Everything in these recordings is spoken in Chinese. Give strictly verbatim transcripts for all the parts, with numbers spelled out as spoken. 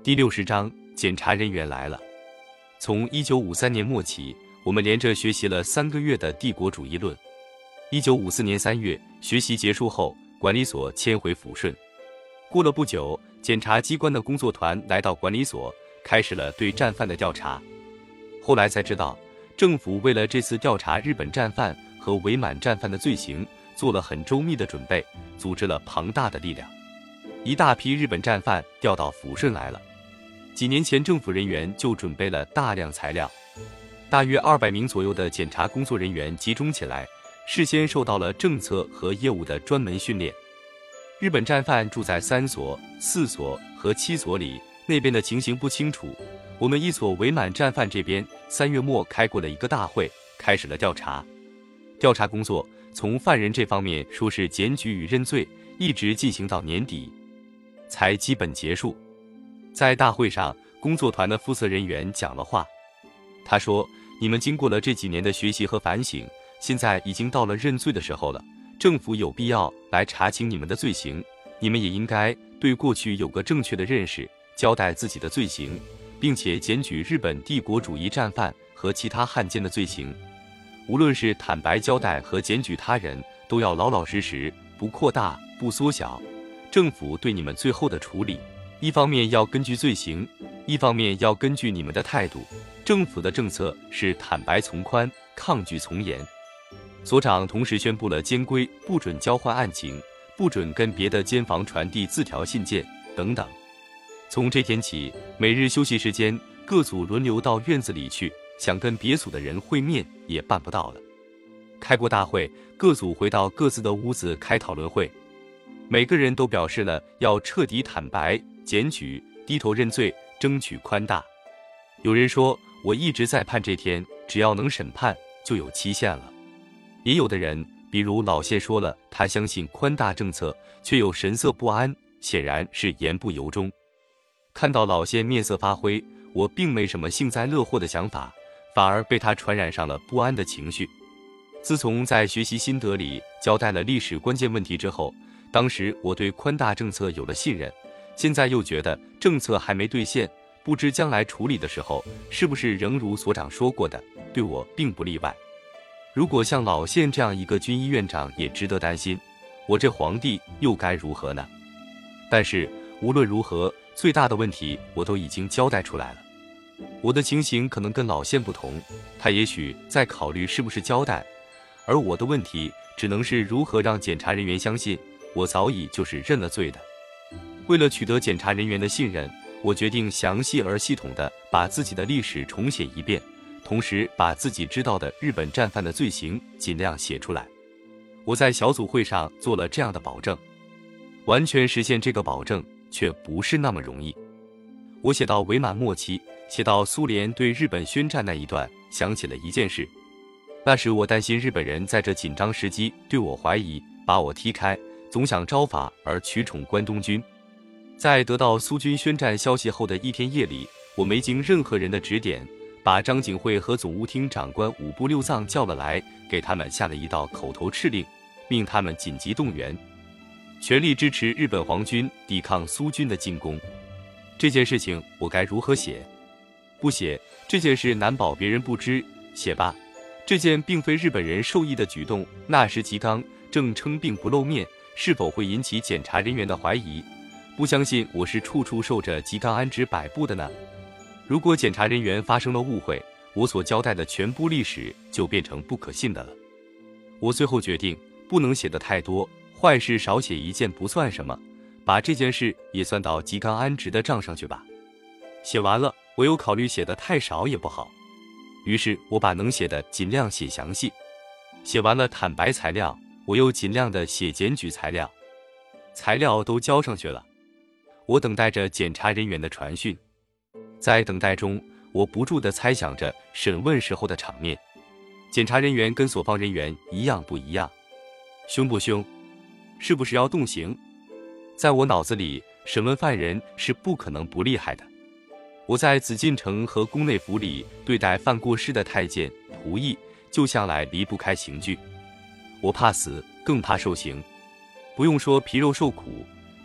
第六十章，检查人员来了。从一九五三年末起，我们连着学习了三个月的帝国主义论。一九五四年三月，学习结束后，管理所迁回抚顺。过了不久，检察机关的工作团来到管理所，开始了对战犯的调查。后来才知道，政府为了这次调查日本战犯和伪满战犯的罪行，做了很周密的准备，组织了庞大的力量，一大批日本战犯调到抚顺来了。几年前，政府人员就准备了大量材料，大约二百名左右的检查工作人员集中起来，事先受到了政策和业务的专门训练。日本战犯住在三所、四所和七所里，那边的情形不清楚。我们一所伪满战犯这边，三月末开过了一个大会，开始了调查。调查工作从犯人这方面说是检举与认罪，一直进行到年底，才基本结束。在大会上，工作团的负责人员讲了话。他说：“你们经过了这几年的学习和反省，现在已经到了认罪的时候了。政府有必要来查清你们的罪行，你们也应该对过去有个正确的认识，交代自己的罪行，并且检举日本帝国主义战犯和其他汉奸的罪行。无论是坦白交代和检举他人，都要老老实实，不扩大，不缩小。政府对你们最后的处理，一方面要根据罪行，一方面要根据你们的态度。政府的政策是坦白从宽，抗拒从严。”所长同时宣布了监规，不准交换案情，不准跟别的监房传递字条信件等等。从这天起，每日休息时间，各组轮流到院子里去，想跟别组的人会面也办不到了。开过大会，各组回到各自的屋子开讨论会，每个人都表示了要彻底坦白、检举、低头认罪，争取宽大。有人说，我一直在盼这天，只要能审判，就有期限了。也有的人，比如老谢说了，他相信宽大政策，却又神色不安，显然是言不由衷。看到老谢面色发灰，我并没什么幸灾乐祸的想法，反而被他传染上了不安的情绪。自从在学习心得里交代了历史关键问题之后，当时我对宽大政策有了信任，现在又觉得政策还没兑现，不知将来处理的时候是不是仍如所长说过的，对我并不例外。如果像老宪这样一个军医院长也值得担心，我这皇帝又该如何呢？但是无论如何，最大的问题我都已经交代出来了。我的情形可能跟老宪不同，他也许在考虑是不是交代，而我的问题只能是如何让检察人员相信我早已就是认了罪的。为了取得检察人员的信任，我决定详细而系统地把自己的历史重写一遍，同时把自己知道的日本战犯的罪行尽量写出来。我在小组会上做了这样的保证，完全实现这个保证却不是那么容易。我写到伪满末期，写到苏联对日本宣战那一段，想起了一件事。那时我担心日本人在这紧张时机对我怀疑，把我踢开，总想招法而取宠关东军。在得到苏军宣战消息后的一天夜里，我没经任何人的指点，把张景惠和总务厅长官五部六藏叫了来，给他们下了一道口头敕令，命他们紧急动员，全力支持日本皇军抵抗苏军的进攻。这件事情我该如何写？不写，这件事难保别人不知；写吧，这件并非日本人受益的举动，那时吉冈正称病不露面，是否会引起检察人员的怀疑？不相信我是处处受着吉冈安直摆布的呢？如果检察人员发生了误会，我所交代的全部历史就变成不可信的了。我最后决定不能写得太多，坏事少写一件不算什么，把这件事也算到吉冈安直的账上去吧。写完了，我又考虑写得太少也不好，于是我把能写的尽量写详细。写完了坦白材料，我又尽量的写检举材料，材料都交上去了。我等待着检察人员的传讯，在等待中，我不住地猜想着审问时候的场面。检察人员跟所方人员一样不一样？凶不凶？是不是要动刑？在我脑子里，审问犯人是不可能不厉害的。我在紫禁城和宫内府里对待犯过失的太监、仆役，就向来离不开刑具。我怕死，更怕受刑。不用说皮肉受苦，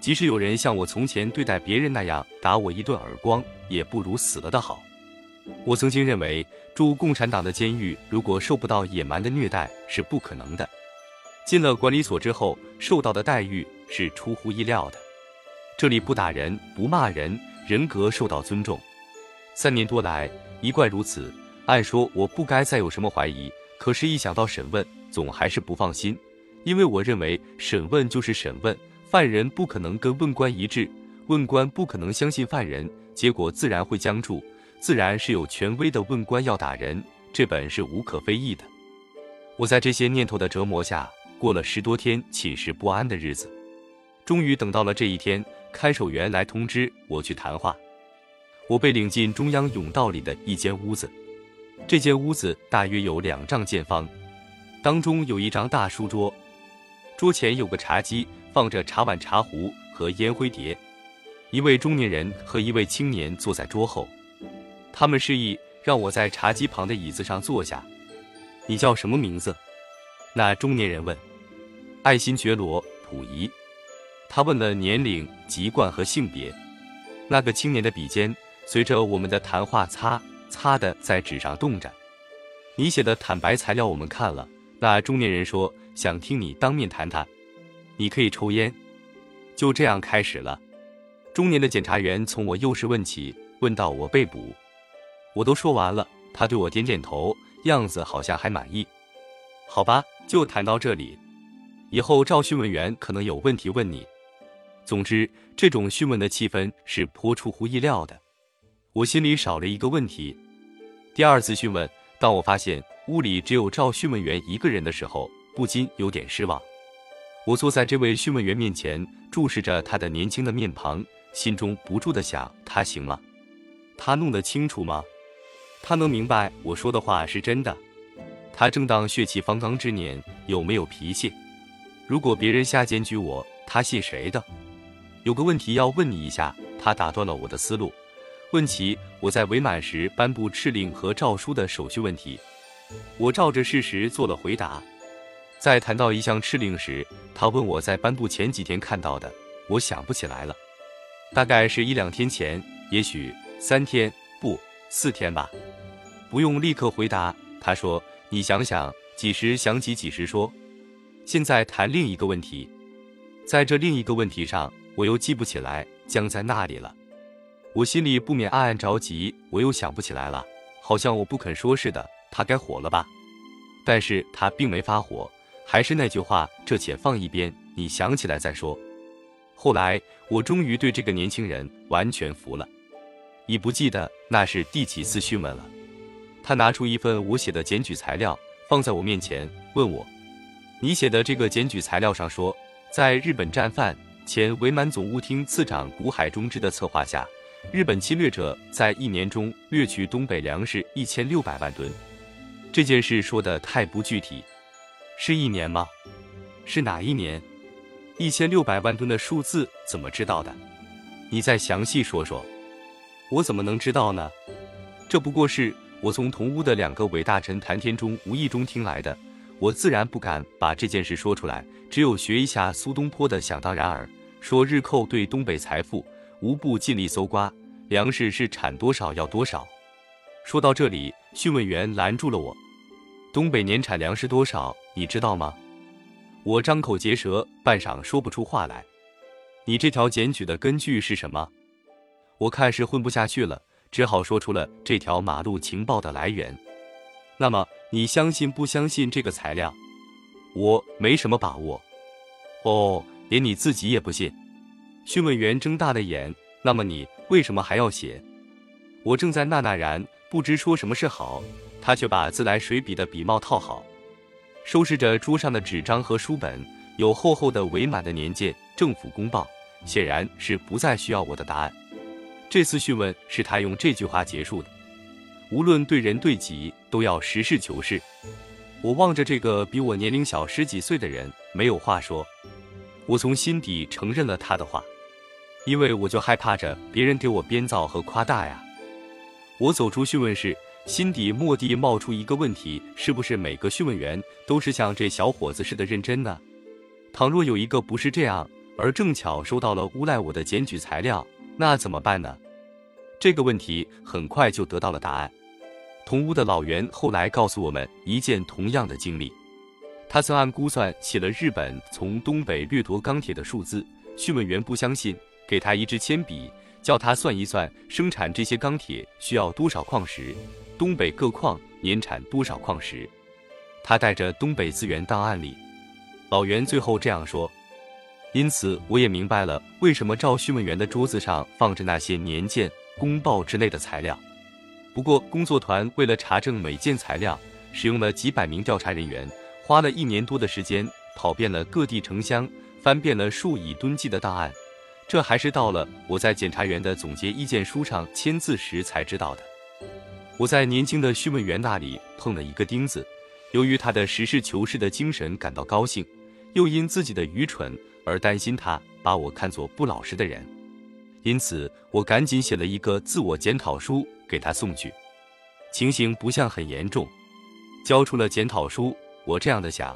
即使有人像我从前对待别人那样打我一顿耳光，也不如死了的好。我曾经认为，住共产党的监狱，如果受不到野蛮的虐待是不可能的。进了管理所之后，受到的待遇是出乎意料的。这里不打人，不骂人，人格受到尊重。三年多来，一贯如此。按说我不该再有什么怀疑，可是一想到审问，总还是不放心。因为我认为审问就是审问，犯人不可能跟问官一致，问官不可能相信犯人，结果自然会僵住，自然是有权威的问官要打人，这本是无可非议的。我在这些念头的折磨下，过了十多天寝食不安的日子。终于等到了这一天，看守员来通知我去谈话。我被领进中央甬道里的一间屋子，这间屋子大约有两丈见方，当中有一张大书桌，桌前有个茶几，放着茶碗茶壶和烟灰碟。一位中年人和一位青年坐在桌后，他们示意让我在茶几旁的椅子上坐下。你叫什么名字？那中年人问。爱新觉罗·溥仪。他问了年龄、籍贯和性别。那个青年的笔尖随着我们的谈话擦擦的在纸上动着。你写的坦白材料我们看了。那中年人说，想听你当面谈谈。你可以抽烟。就这样开始了。中年的检察员从我幼时问起，问到我被捕。我都说完了，他对我点点头，样子好像还满意。好吧，就谈到这里。以后赵讯问员可能有问题问你。总之，这种讯问的气氛是颇出乎意料的。我心里少了一个问题。第二次讯问，当我发现屋里只有赵讯问员一个人的时候，不禁有点失望。我坐在这位讯问员面前，注视着他的年轻的面庞，心中不住地想，他行吗？他弄得清楚吗？他能明白我说的话是真的？他正当血气方刚之年，有没有脾气？如果别人瞎检举我，他信谁的？有个问题要问你一下。他打断了我的思路，问起我在伪满时颁布敕令和诏书的手续问题。我照着事实做了回答。在谈到一项敕令时，他问我在颁布前几天看到的，我想不起来了，大概是一两天前，也许三天，不，四天吧。不用立刻回答，他说，你想想，几时想起几时说。现在谈另一个问题。在这另一个问题上，我又记不起来，僵在那里了。我心里不免暗暗着急，我又想不起来了，好像我不肯说似的，他该火了吧？但是他并没发火，还是那句话，这且放一边，你想起来再说。后来我终于对这个年轻人完全服了，已不记得那是第几次讯问了。他拿出一份我写的检举材料，放在我面前，问我，你写的这个检举材料上说，在日本战犯、前伪满总务厅次长谷海中之的策划下，日本侵略者在一年中掠取东北粮食一千六百万吨。这件事说得太不具体。是一年吗？是哪一年？一千六百万吨的数字怎么知道的？你再详细说说。我怎么能知道呢？这不过是我从同屋的两个伪大臣谈天中无意中听来的，我自然不敢把这件事说出来，只有学一下苏东坡的想当然尔，说日寇对东北财富，无不尽力搜刮，粮食是产多少要多少。说到这里，讯问员拦住了我。东北年产粮食多少，你知道吗？我张口结舌，半晌说不出话来。你这条检举的根据是什么？我看是混不下去了，只好说出了这条马路情报的来源。那么你相信不相信这个材料？我没什么把握。哦，连你自己也不信？讯问员睁大了眼。那么你为什么还要写？我正在纳纳然，不知说什么是好，他却把自来水笔的笔帽套好，收拾着桌上的纸张和书本，有厚厚的伪满的年鉴、政府公报，显然是不再需要我的答案。这次讯问是他用这句话结束的，无论对人对己，都要实事求是。我望着这个比我年龄小十几岁的人，没有话说。我从心底承认了他的话，因为我就害怕着别人给我编造和夸大呀。我走出讯问室，心底蓦地冒出一个问题，是不是每个讯问员都是像这小伙子似的认真呢？倘若有一个不是这样， 而正巧收到了诬赖我的检举材料，那怎么办呢？这个问题很快就得到了答案。同屋的老袁后来告诉我们一件同样的经历，他曾按估算写了日本从东北掠夺钢铁的数字，讯问员不相信，给他一支铅笔，叫他算一算生产这些钢铁需要多少矿石，东北各矿年产多少矿石。他带着东北资源档案里，老袁最后这样说。因此我也明白了为什么赵讯问员的桌子上放着那些年鉴、公报之类的材料。不过工作团为了查证每件材料，使用了几百名调查人员，花了一年多的时间，跑遍了各地城乡，翻遍了数以吨计的档案，这还是到了我在检察员的总结意见书上签字时才知道的。我在年轻的讯问员那里碰了一个钉子，由于他的实事求是的精神感到高兴，又因自己的愚蠢而担心他把我看作不老实的人，因此我赶紧写了一个自我检讨书给他送去。情形不像很严重，交出了检讨书，我这样的想。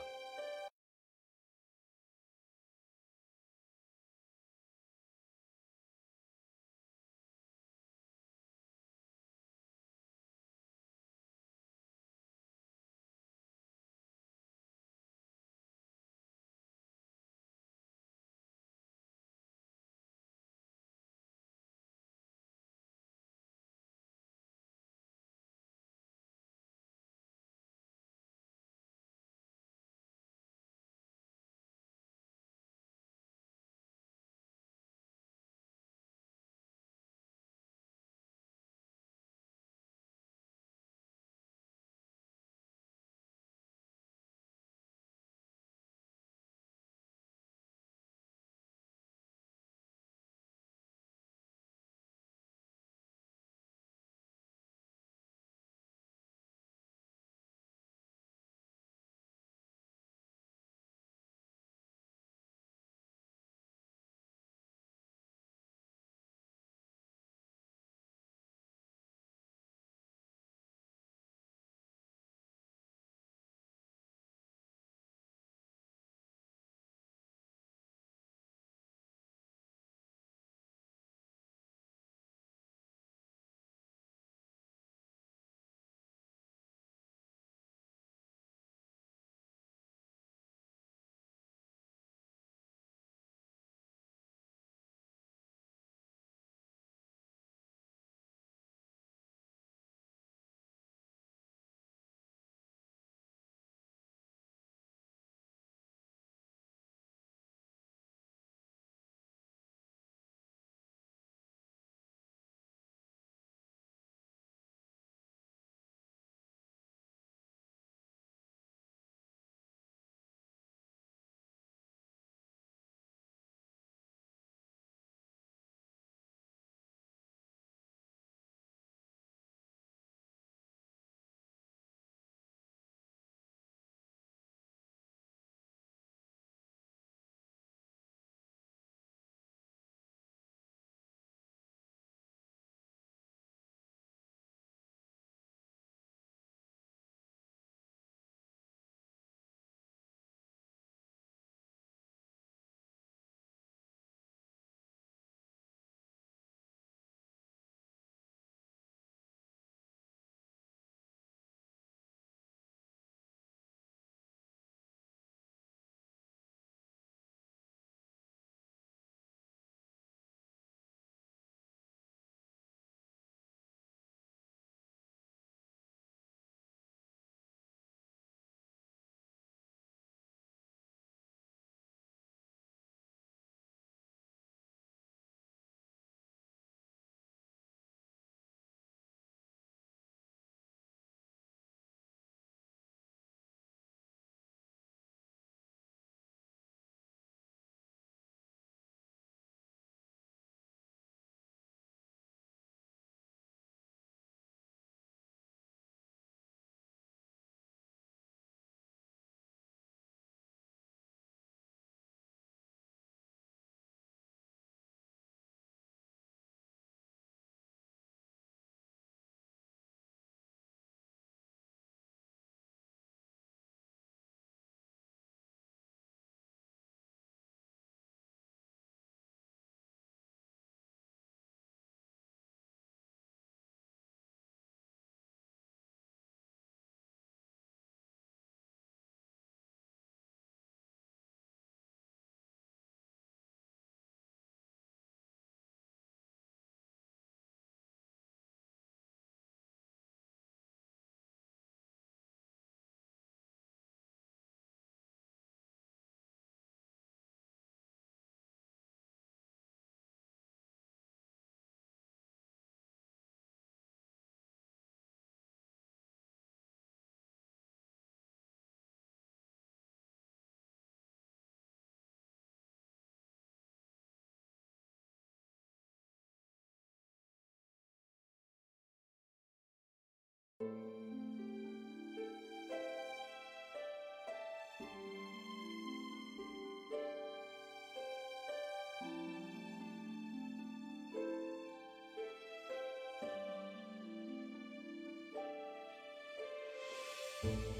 嗯。